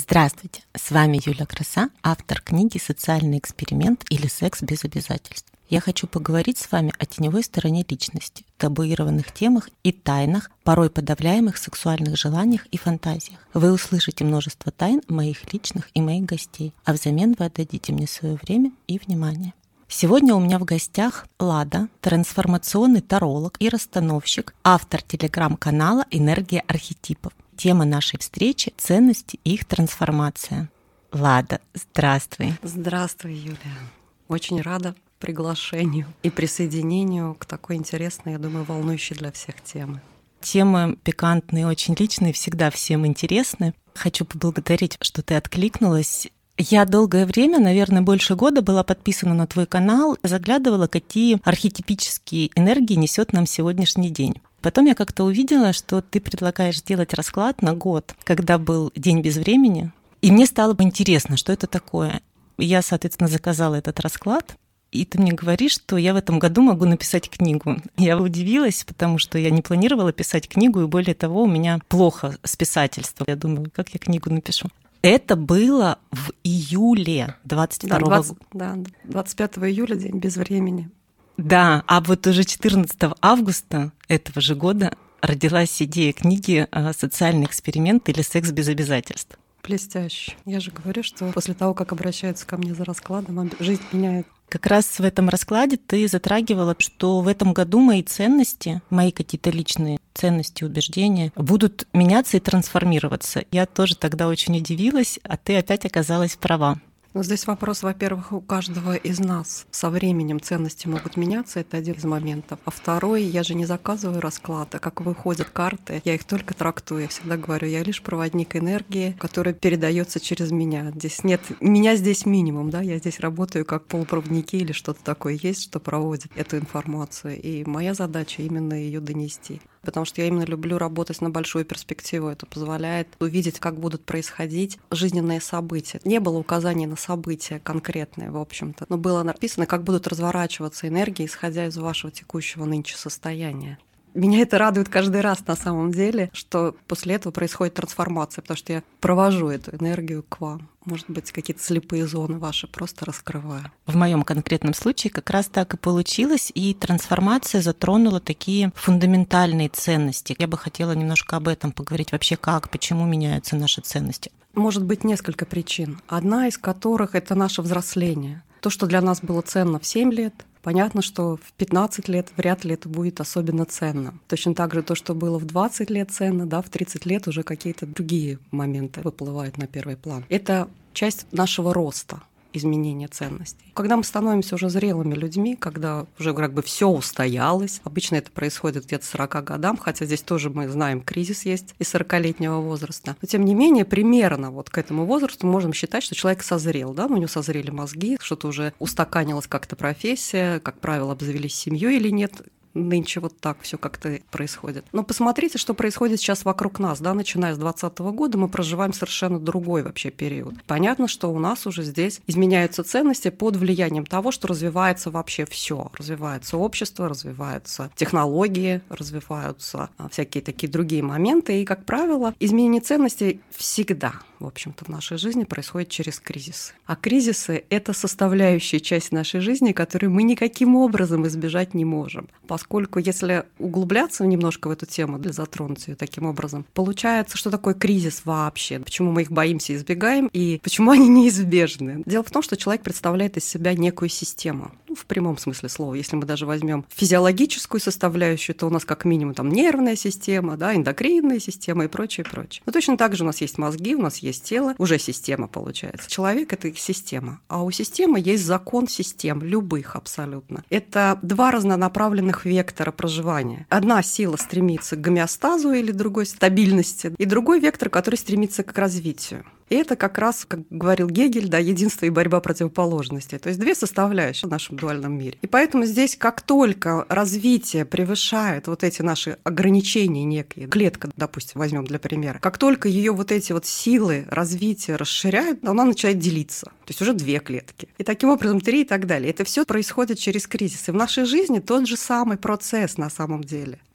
Здравствуйте, с вами Юля Краса, автор книги «Социальный эксперимент» или «Секс без обязательств». Я хочу поговорить с вами о теневой стороне личности, табуированных темах и тайнах, порой подавляемых сексуальных желаниях и фантазиях. Вы услышите множество тайн моих личных и моих гостей, а взамен вы отдадите мне свое время и внимание. Сегодня у меня в гостях Лада, трансформационный таролог и расстановщик, автор телеграм-канала «Энергия архетипов». Тема нашей встречи — ценности и их трансформация. Лада, здравствуй. Здравствуй, Юлия. Очень рада приглашению и присоединению к такой интересной, я думаю, волнующей для всех темы. Темы пикантные, очень личные, всегда всем интересны. Хочу поблагодарить, что ты откликнулась. Я долгое время, наверное, больше года была подписана на твой канал, заглядывала, какие архетипические энергии несет нам сегодняшний день. Потом я как-то увидела, что ты предлагаешь сделать расклад на год, когда был день без времени. И мне стало бы интересно, что это такое. Я, соответственно, заказала этот расклад. И ты мне говоришь, что я в этом году могу написать книгу. Я удивилась, потому что я не планировала писать книгу, и более того, у меня плохо с писательством. Я думаю, как я книгу напишу. Это было в июле 22 года. Да, 25 июля, день без времени. Да, а вот уже 14 августа этого же года родилась идея книги «Социальный эксперимент» или «Секс без обязательств». Блестяще. Я же говорю, что после того, как обращаются ко мне за раскладом, жизнь меняет. Как раз в этом раскладе ты затрагивала, что в этом году мои ценности, мои какие-то личные ценности, убеждения будут меняться и трансформироваться. Я тоже тогда очень удивилась, а ты опять оказалась права. Но здесь вопрос, во-первых, у каждого из нас со временем ценности могут меняться, это один из моментов. А второй, я же не заказываю расклад, а как выходят карты, я их только трактую. Я всегда говорю, я лишь проводник энергии, которая передается через меня. Здесь нет, меня здесь минимум, да, я здесь работаю как полупроводники или что-то такое есть, что проводит эту информацию. И моя задача именно ее донести. Потому что я именно люблю работать на большую перспективу. Это позволяет увидеть, как будут происходить жизненные события. Не было указаний на события конкретные, в общем-то, но было написано, как будут разворачиваться энергии, исходя из вашего текущего нынче состояния. Меня это радует каждый раз на самом деле, что после этого происходит трансформация, потому что я провожу эту энергию к вам. Может быть, какие-то слепые зоны ваши просто раскрываю. В моем конкретном случае как раз так и получилось, и трансформация затронула такие фундаментальные ценности. Я бы хотела немножко об этом поговорить. Вообще как, почему меняются наши ценности? Может быть, несколько причин. Одна из которых — это наше взросление. То, что для нас было ценно в 7 лет, понятно, что в 15 лет вряд ли это будет особенно ценно. Точно так же то, что было в 20 лет ценно, да, в 30 лет уже какие-то другие моменты выплывают на первый план. Это часть нашего роста, изменения ценностей. Когда мы становимся уже зрелыми людьми, когда уже как бы все устоялось, обычно это происходит где-то 40 годам, хотя здесь тоже мы знаем, кризис есть и 40-летнего возраста. Но тем не менее, примерно вот к этому возрасту можем считать, что человек созрел, да, у него созрели мозги, что-то уже устаканилась как-то профессия, как правило, обзавелись семьей или нет. Нынче вот так все как-то происходит. Но посмотрите, что происходит сейчас вокруг нас. Да? Начиная с 2020 года мы проживаем совершенно другой вообще период. Понятно, что у нас уже здесь изменяются ценности под влиянием того, что развивается вообще все. Развивается общество, развиваются технологии, развиваются всякие такие другие моменты. И, как правило, изменение ценностей всегда, в общем-то, в нашей жизни происходит через кризисы. А кризисы — это составляющая часть нашей жизни, которую мы никаким образом избежать не можем. Поскольку, если углубляться немножко в эту тему, для затронуть ее таким образом, получается, что такое кризис вообще, почему мы их боимся и избегаем, и почему они неизбежны. Дело в том, что человек представляет из себя некую систему. В прямом смысле слова. Если мы даже возьмем физиологическую составляющую, то у нас как минимум там нервная система, да, эндокринная система и прочее, прочее. Но точно так же у нас есть мозги, у нас есть тело, уже система получается. Человек — это их система. А у системы есть закон систем, любых абсолютно. Это два разнонаправленных вектора проживания. Одна сила стремится к гомеостазу или другой стабильности, и другой вектор, который стремится к развитию. И это как раз, как говорил Гегель, да, единство и борьба противоположностей. То есть две составляющие в нашем дуальном мире. И поэтому здесь, как только развитие превышает вот эти наши ограничения некие, клетка, допустим, возьмем для примера, как только ее вот эти вот силы развития расширяют, она начинает делиться. То есть уже 2 клетки. И таким образом 3 и так далее. Это все происходит через кризис. И в нашей жизни тот же самый процесс на самом деле.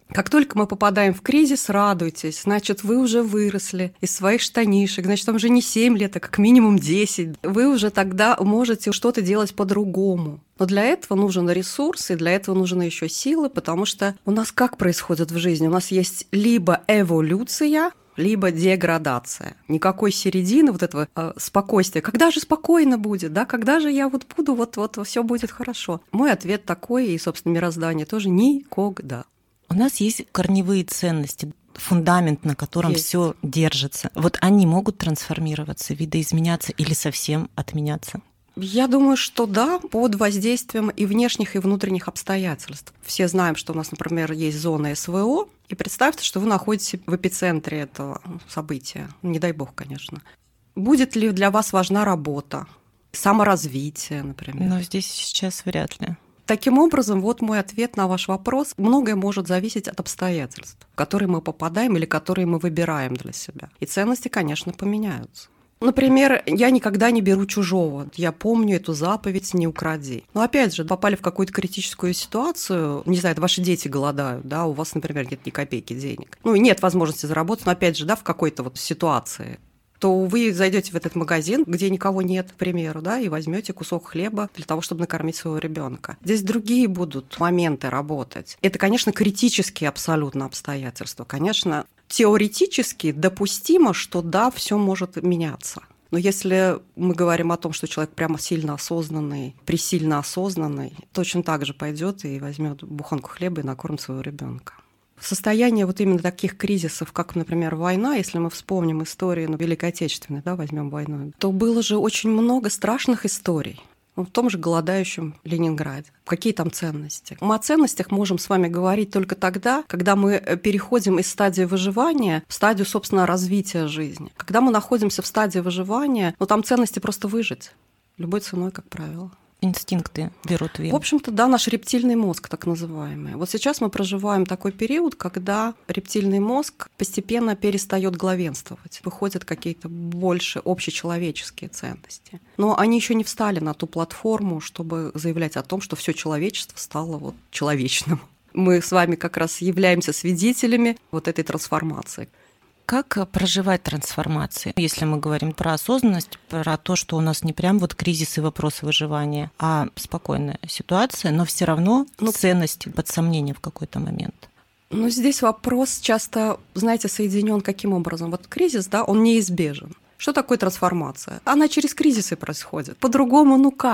Как только мы попадаем в кризис, радуйтесь, значит, вы уже выросли из своих штанишек, значит, там уже не 7 лет, а как минимум 10. Вы уже тогда можете что-то делать по-другому. Но для этого нужен ресурс, и для этого нужны еще силы, потому что у нас как происходит в жизни? У нас есть либо эволюция, либо деградация. Никакой середины, вот этого спокойствия. Когда же спокойно будет, да? Когда же я вот буду, вот все будет хорошо? Мой ответ такой, и, собственно, мироздание тоже: никогда. У нас есть корневые ценности, фундамент, на котором все держится. Вот они могут трансформироваться, видоизменяться или совсем отменяться? Я думаю, что да, под воздействием и внешних, и внутренних обстоятельств. Все знаем, что у нас, например, есть зона СВО, и представьте, что вы находитесь в эпицентре этого события. Не дай бог, конечно. Будет ли для вас важна работа, саморазвитие, например? Но здесь сейчас вряд ли. Таким образом, вот мой ответ на ваш вопрос. Многое может зависеть от обстоятельств, в которые мы попадаем или которые мы выбираем для себя. И ценности, конечно, поменяются. Например, я никогда не беру чужого. Я помню эту заповедь «не укради». Но опять же, попали в какую-то критическую ситуацию, не знаю, ваши дети голодают, да, у вас, например, нет ни копейки денег. Нет возможности заработать, но опять же, да, в какой-то вот ситуации, то вы зайдете в этот магазин, где никого нет, к примеру, да, и возьмете кусок хлеба для того, чтобы накормить своего ребенка. Здесь другие будут моменты работать. Это, конечно, критические абсолютно обстоятельства. Конечно, теоретически допустимо, что да, все может меняться. Но если мы говорим о том, что человек прямо сильно осознанный, пресильно осознанный, точно так же пойдет и возьмет буханку хлеба и накормит своего ребенка. Состояние вот именно таких кризисов, как, например, война, если мы вспомним историю Великой Отечественной, да, возьмем войну, то было же очень много страшных историй. В том же голодающем Ленинграде. Какие там ценности? Мы о ценностях можем с вами говорить только тогда, когда мы переходим из стадии выживания в стадию, собственно, развития жизни. Когда мы находимся в стадии выживания, там ценности просто выжить. Любой ценой, как правило. Инстинкты берут верх. В общем-то, да, наш рептильный мозг, так называемый. Вот сейчас мы проживаем такой период, когда рептильный мозг постепенно перестает главенствовать. Выходят какие-то больше общечеловеческие ценности. Но они еще не встали на ту платформу, чтобы заявлять о том, что все человечество стало человечным. Мы с вами как раз являемся свидетелями вот этой трансформации. Как проживать трансформации, если мы говорим про осознанность, про то, что у нас не прям кризис и вопросы выживания, а спокойная ситуация, но все равно ценности под сомнение в какой-то момент? Здесь вопрос часто, знаете, соединен каким образом? Вот кризис, да, он неизбежен. Что такое трансформация? Она через кризисы происходит. По-другому,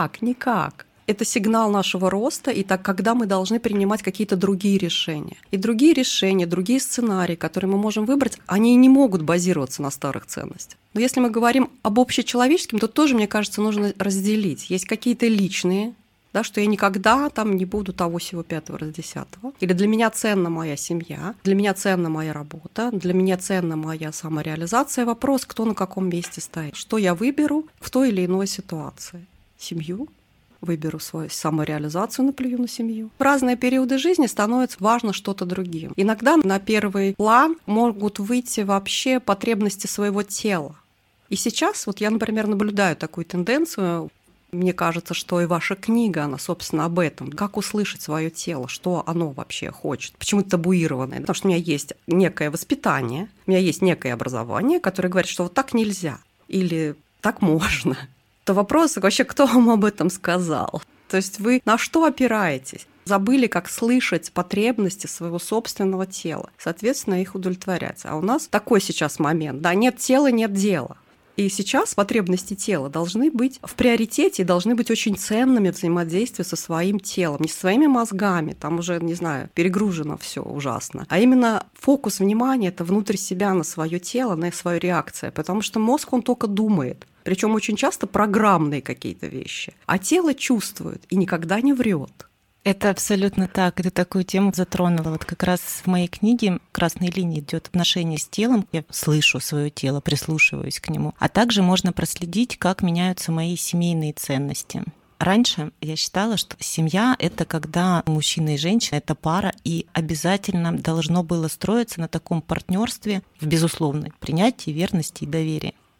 никак. Это сигнал нашего роста, и так, когда мы должны принимать какие-то другие решения. И другие решения, другие сценарии, которые мы можем выбрать, они не могут базироваться на старых ценностях. Но если мы говорим об общечеловеческом, то тоже, мне кажется, нужно разделить. Есть какие-то личные, да, что я никогда не буду того, сего, пятого, раз десятого. Или для меня ценна моя семья, для меня ценна моя работа, для меня ценна моя самореализация. Вопрос, кто на каком месте стоит. Что я выберу в той или иной ситуации? Семью? Выберу свою самореализацию, наплюю на семью. В разные периоды жизни становится важно что-то другим. Иногда на первый план могут выйти вообще потребности своего тела. И сейчас я, например, наблюдаю такую тенденцию. Мне кажется, что и ваша книга, она, собственно, об этом. Как услышать свое тело, что оно вообще хочет. Почему это табуированное? Потому что у меня есть некое воспитание, у меня есть некое образование, которое говорит, что вот так нельзя или так можно. То вопрос вообще, кто вам об этом сказал? То есть вы на что опираетесь? Забыли, как слышать потребности своего собственного тела, соответственно, их удовлетворять. А у нас такой сейчас момент, да, нет тела, нет дела. И сейчас потребности тела должны быть в приоритете и должны быть очень ценными в взаимодействии со своим телом, не со своими мозгами, там уже, не знаю, перегружено все ужасно, а именно фокус внимания – это внутрь себя, на свое тело, на свою реакцию, потому что мозг, он только думает, причем очень часто программные какие-то вещи, а тело чувствует и никогда не врет. Это абсолютно так. Ты такую тему затронула. Как раз в моей книге красной линией идет отношение с телом. Я слышу свое тело, прислушиваюсь к нему. А также можно проследить, как меняются мои семейные ценности. Раньше я считала, что семья — это когда мужчина и женщина — это пара, и обязательно должно было строиться на таком партнерстве в безусловной принятии, верности и доверии.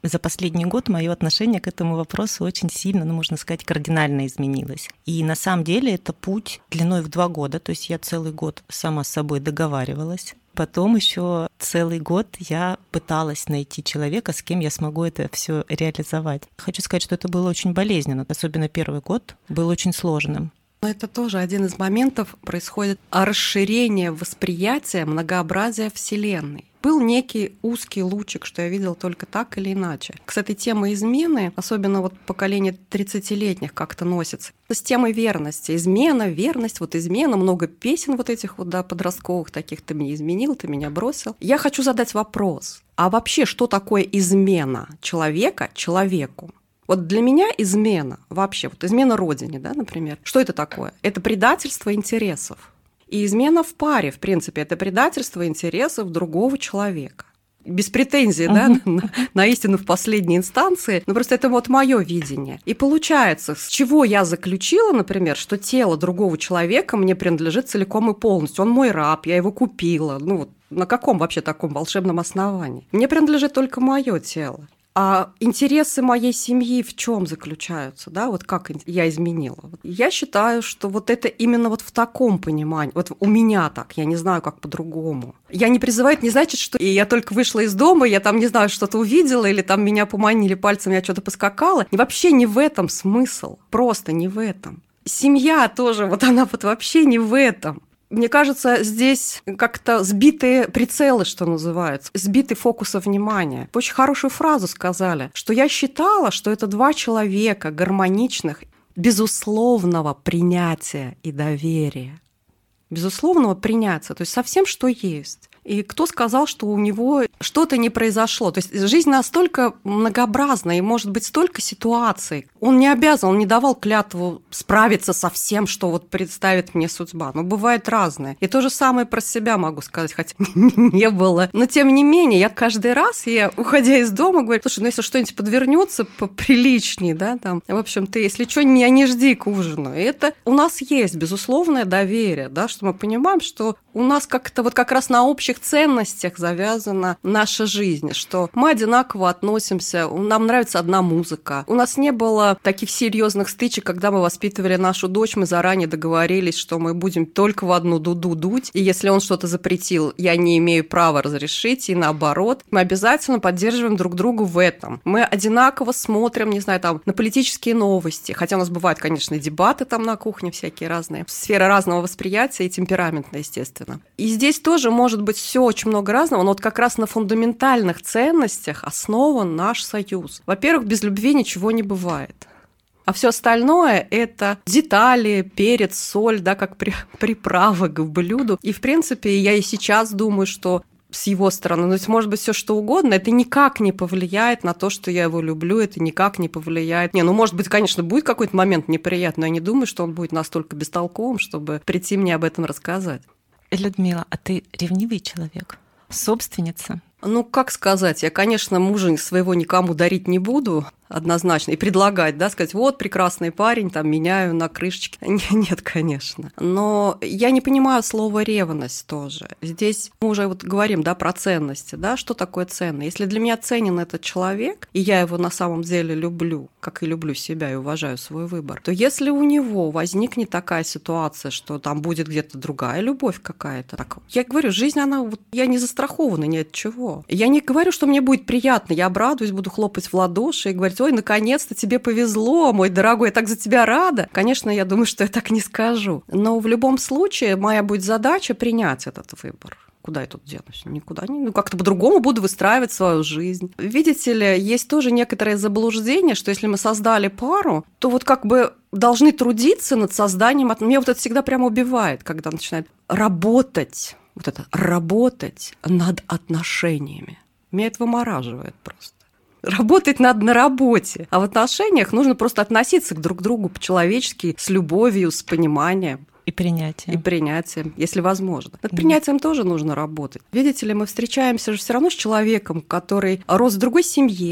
За последний год мое отношение к этому вопросу очень сильно, можно сказать, кардинально изменилось. И на самом деле это путь длиной в 2 года, то есть я целый год сама с собой договаривалась. Потом еще целый год я пыталась найти человека, с кем я смогу это все реализовать. Хочу сказать, что это было очень болезненно, особенно первый год был очень сложным. Но это тоже один из моментов, происходит расширение восприятия многообразия Вселенной. Был некий узкий лучик, что я видела только так или иначе. Кстати, тема измены, особенно поколение 30-летних как-то носится, с темой верности. Измена, верность, измена, много песен этих подростковых таких: «Ты меня изменил, ты меня бросил». Я хочу задать вопрос. А вообще, что такое измена человека человеку? Для меня измена вообще, измена родине, например, что это такое? Это предательство интересов. И измена в паре, в принципе, это предательство интересов другого человека. Без претензий, на истину в последней инстанции, но просто это моё видение. И получается, с чего я заключила, например, что тело другого человека мне принадлежит целиком и полностью. Он мой раб, я его купила. На каком вообще таком волшебном основании? Мне принадлежит только моё тело. А интересы моей семьи в чем заключаются, как я изменила? Я считаю, что это именно в таком понимании. У меня так, я не знаю, как по-другому. Я не призываю, это не значит, что я только вышла из дома, я там, не знаю, что-то увидела, или там меня поманили пальцем, я что-то поскакала. И вообще не в этом смысл, просто не в этом. Семья тоже, она вообще не в этом. Мне кажется, здесь как-то сбитые прицелы, что называется, сбитый фокус внимания. Очень хорошую фразу сказали, что я считала, что это 2 человека гармоничных, безусловного принятия и доверия. Безусловного принятия, то есть со всем, что есть. И кто сказал, что у него что-то не произошло? То есть жизнь настолько многообразна, и может быть столько ситуаций. Он не обязан, он не давал клятву справиться со всем, что представит мне судьба. Бывает разное. И то же самое про себя могу сказать, хотя не было. Но тем не менее, я каждый раз, уходя из дома, говорю: слушай, если что-нибудь подвернется поприличней, в общем, ты, если что, меня не жди к ужину. И это у нас есть безусловное доверие, что мы понимаем, что у нас как-то как раз на общих ценностях завязана наша жизнь, что мы одинаково относимся, нам нравится одна музыка. У нас не было таких серьезных стычек, когда мы воспитывали нашу дочь, мы заранее договорились, что мы будем только в одну дуду дуть, и если он что-то запретил, я не имею права разрешить, и наоборот. Мы обязательно поддерживаем друг друга в этом. Мы одинаково смотрим, не знаю, на политические новости, хотя у нас бывают, конечно, дебаты на кухне всякие разные, сферы разного восприятия и темперамента, естественно. И здесь тоже может быть все очень много разного, но как раз на фундаментальных ценностях основан наш союз. Во-первых, без любви ничего не бывает. А все остальное – это детали, перец, соль, как приправа к блюду. И, в принципе, я и сейчас думаю, что с его стороны, может быть, все что угодно, это никак не повлияет на то, что я его люблю, это никак не повлияет. Может быть, конечно, будет какой-то момент неприятный, но я не думаю, что он будет настолько бестолковым, чтобы прийти мне об этом рассказать. Людмила, а ты ревнивый человек? Собственница? Как сказать, я, конечно, мужа своего никому дарить не буду, однозначно, и предлагать, сказать: прекрасный парень, меняю на крышечке. Нет, конечно. Но я не понимаю слова ревность тоже. Здесь мы уже говорим, про ценности, что такое ценно. Если для меня ценен этот человек, и я его на самом деле люблю, как и люблю себя, и уважаю свой выбор, то если у него возникнет такая ситуация, что там будет где-то другая любовь какая-то, я говорю, жизнь, я не застрахована ни от чего. Я не говорю, что мне будет приятно, я обрадуюсь, буду хлопать в ладоши и говорить: ой, наконец-то тебе повезло, мой дорогой, я так за тебя рада. Конечно, я думаю, что я так не скажу. Но в любом случае моя будет задача принять этот выбор. Куда я тут денусь? Никуда не. Как-то по-другому буду выстраивать свою жизнь. Видите ли, есть тоже некоторое заблуждение, что если мы создали пару, то должны трудиться над созданием. Меня это всегда прямо убивает, когда начинает работать. Работать над отношениями. Меня это вымораживает просто. Работать надо на работе. А в отношениях нужно просто относиться друг к другу по-человечески, с любовью, с пониманием. И принятием. И принятием, если возможно. Над принятием тоже нужно работать. Видите ли, мы встречаемся же все равно с человеком, который рос в другой семье,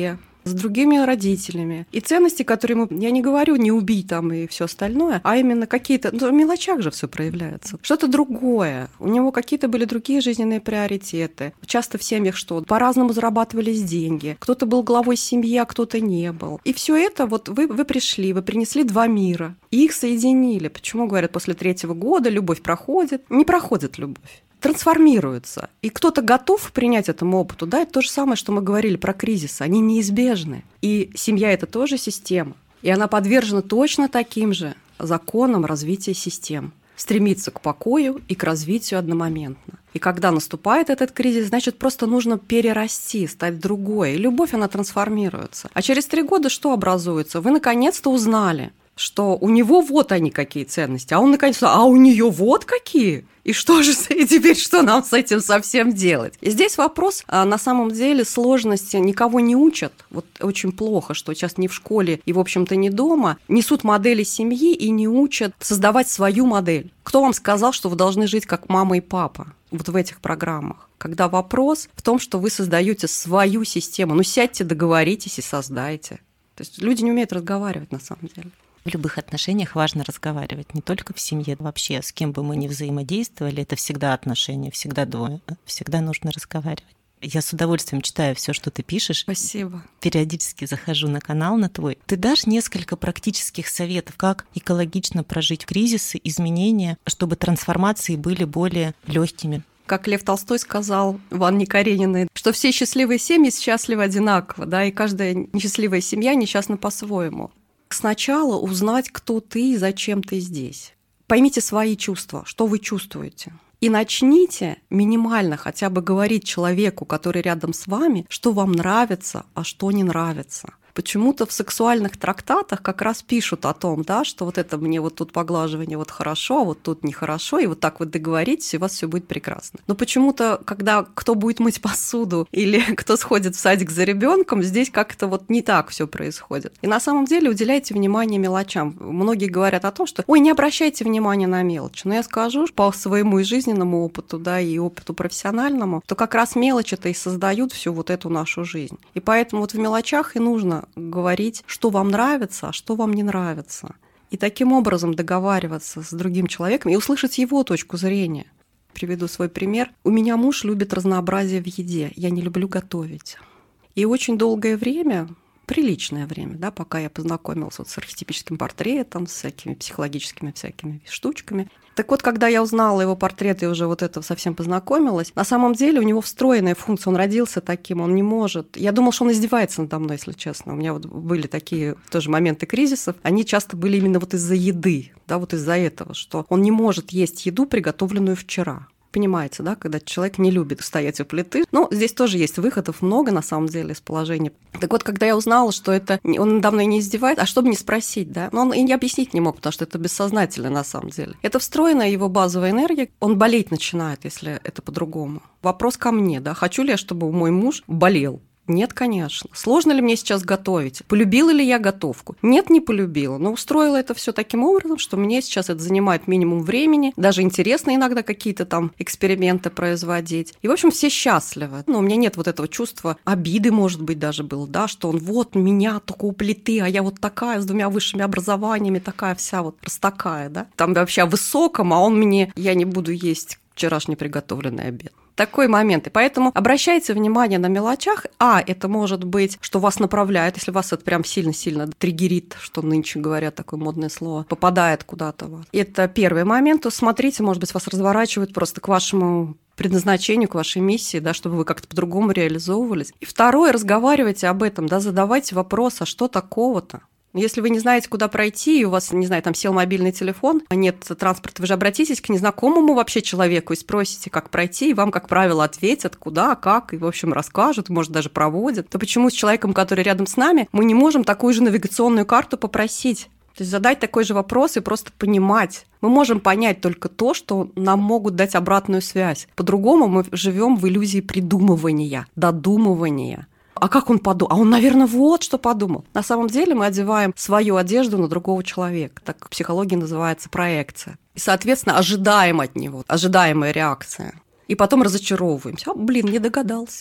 с другими родителями. И ценности, которые я не говорю, не убей там и все остальное, а именно какие-то, в мелочах же все проявляется. Что-то другое. У него какие-то были другие жизненные приоритеты. Часто в семьях что? По-разному зарабатывались деньги. Кто-то был главой семьи, а кто-то не был. И все это вот вы пришли, вы принесли два мира. И их соединили. Почему, говорят, после 3-го года любовь проходит? Не проходит любовь. Трансформируются. И кто-то готов принять этому опыту, да, это то же самое, что мы говорили про кризисы, они неизбежны. И семья – это тоже система. И она подвержена точно таким же законам развития систем. Стремится к покою и к развитию одномоментно. И когда наступает этот кризис, значит, просто нужно перерасти, стать другой. И любовь, она трансформируется. А через 3 года что образуется? Вы наконец-то узнали, что у него вот они какие ценности, а он наконец-то, а у нее вот какие. И что же и теперь, что нам с этим совсем делать? И здесь вопрос, на самом деле, сложности никого не учат. Вот очень плохо, что сейчас ни в школе и, в общем-то, ни дома несут модели семьи и не учат создавать свою модель. Кто вам сказал, что вы должны жить как мама и папа? Вот в этих программах. Когда вопрос в том, что вы создаете свою систему. Сядьте, договоритесь и создайте. То есть люди не умеют разговаривать на самом деле. В любых отношениях важно разговаривать, не только в семье, вообще с кем бы мы ни взаимодействовали, это всегда отношения, всегда двое, всегда нужно разговаривать. Я с удовольствием читаю все, что ты пишешь. Спасибо. Периодически захожу на канал на твой. Ты дашь несколько практических советов, как экологично прожить кризисы, изменения, чтобы трансформации были более легкими. Как Лев Толстой сказал в Анне Карениной, что все счастливые семьи счастливы одинаково, да, и каждая несчастливая семья несчастна по-своему. Сначала узнать, кто ты и зачем ты здесь. Поймите свои чувства, что вы чувствуете. И начните минимально хотя бы говорить человеку, который рядом с вами, что вам нравится, а что не нравится. Почему-то в сексуальных трактатах как раз пишут о том, да, что вот это мне вот тут поглаживание вот хорошо, а вот тут нехорошо, и вот так вот договоритесь, и у вас все будет прекрасно. Но почему-то, когда кто будет мыть посуду или кто сходит в садик за ребенком, здесь как-то вот не так все происходит. И на самом деле уделяйте внимание мелочам. Многие говорят о том, что «Ой, не обращайте внимания на мелочи». Но я скажу по своему и жизненному опыту, да, и опыту профессиональному, то как раз мелочи-то и создают всю вот эту нашу жизнь. И поэтому вот в мелочах и нужно говорить, что вам нравится, а что вам не нравится. И таким образом договариваться с другим человеком и услышать его точку зрения. Приведу свой пример. У меня муж любит разнообразие в еде. Я не люблю готовить. И очень долгое время, приличное время, да, пока я познакомилась вот с архетипическим портретом, с всякими психологическими всякими штучками. Так вот, когда я узнала его портрет и уже вот это совсем познакомилась, на самом деле у него встроенная функция, он родился таким, он не может. Я думала, что он издевается надо мной, если честно. У меня вот были такие тоже моменты кризисов, они часто были именно вот из-за еды, да, вот из-за этого, что он не может есть еду, приготовленную вчера. Понимаете, да, когда человек не любит стоять у плиты. Но здесь тоже есть выходов много, на самом деле, из положения. Так вот, когда я узнала, что это он надо мной не издевает, а чтобы не спросить, да, но он и не объяснить не мог, потому что это бессознательно на самом деле. Это встроенная его базовая энергия, он болеть начинает, если это по-другому. Вопрос ко мне, да, хочу ли я, чтобы мой муж болел? Нет, конечно. Сложно ли мне сейчас готовить? Полюбила ли я готовку? Нет, не полюбила. Но устроила это все таким образом, что мне сейчас это занимает минимум времени. Даже интересно иногда какие-то там эксперименты производить. И, в общем, все счастливы. Но у меня нет вот этого чувства обиды, может быть, даже было, да, что он вот меня только у плиты, а я вот такая с 2 высшими образованиями, такая вся вот просто такая, да. Там вообще о высоком, а он мне, я не буду есть вчерашний приготовленный обед. Такой момент. И поэтому обращайте внимание на мелочах. Это может быть, что вас направляет, если вас это прям сильно-сильно триггерит, что нынче говорят такое модное слово, попадает куда-то. Это первый момент. То смотрите, может быть, вас разворачивают просто к вашему предназначению, к вашей миссии, да, чтобы вы как-то по-другому реализовывались. И второе, разговаривайте об этом, да, задавайте вопрос, а что такого-то? Если вы не знаете, куда пройти, и у вас, не знаю, там сел мобильный телефон, а нет транспорта, вы же обратитесь к незнакомому вообще человеку и спросите, как пройти, и вам, как правило, ответят, куда, как, и, в общем, расскажут, может, даже проводят. То почему с человеком, который рядом с нами, мы не можем такую же навигационную карту попросить? То есть задать такой же вопрос и просто понимать. Мы можем понять только то, что нам могут дать обратную связь. По-другому мы живем в иллюзии придумывания, додумывания. А как он подумал? А он, наверное, вот что подумал. На самом деле мы одеваем свою одежду на другого человека. Так в психологии называется проекция. И, соответственно, ожидаем от него, ожидаемая реакция. И потом разочаровываемся. Не догадался.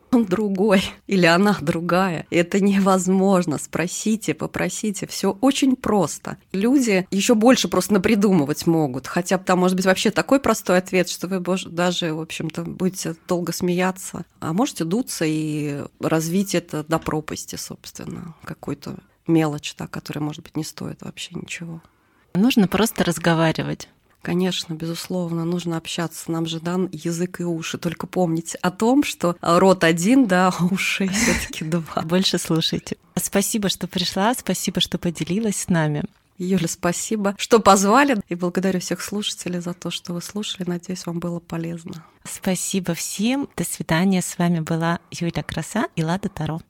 он другой или она другая. Это невозможно. Спросите, попросите. Все очень просто. Люди еще больше просто напридумывать могут. Хотя бы там может быть вообще такой простой ответ, что вы даже, в общем-то, будете долго смеяться. А можете дуться и развить это до пропасти, собственно. Какой-то мелочь, которая, может быть, не стоит вообще ничего. Нужно просто разговаривать. Конечно, безусловно, нужно общаться. Нам же дан язык и уши. Только помните о том, что рот один, да, а ушей все-таки два. Больше слушайте. Спасибо, что пришла, спасибо, что поделилась с нами. Юля, спасибо, что позвали. И благодарю всех слушателей за то, что вы слушали. Надеюсь, вам было полезно. Спасибо всем. До свидания. С вами была Юля Краса и Лада Таро.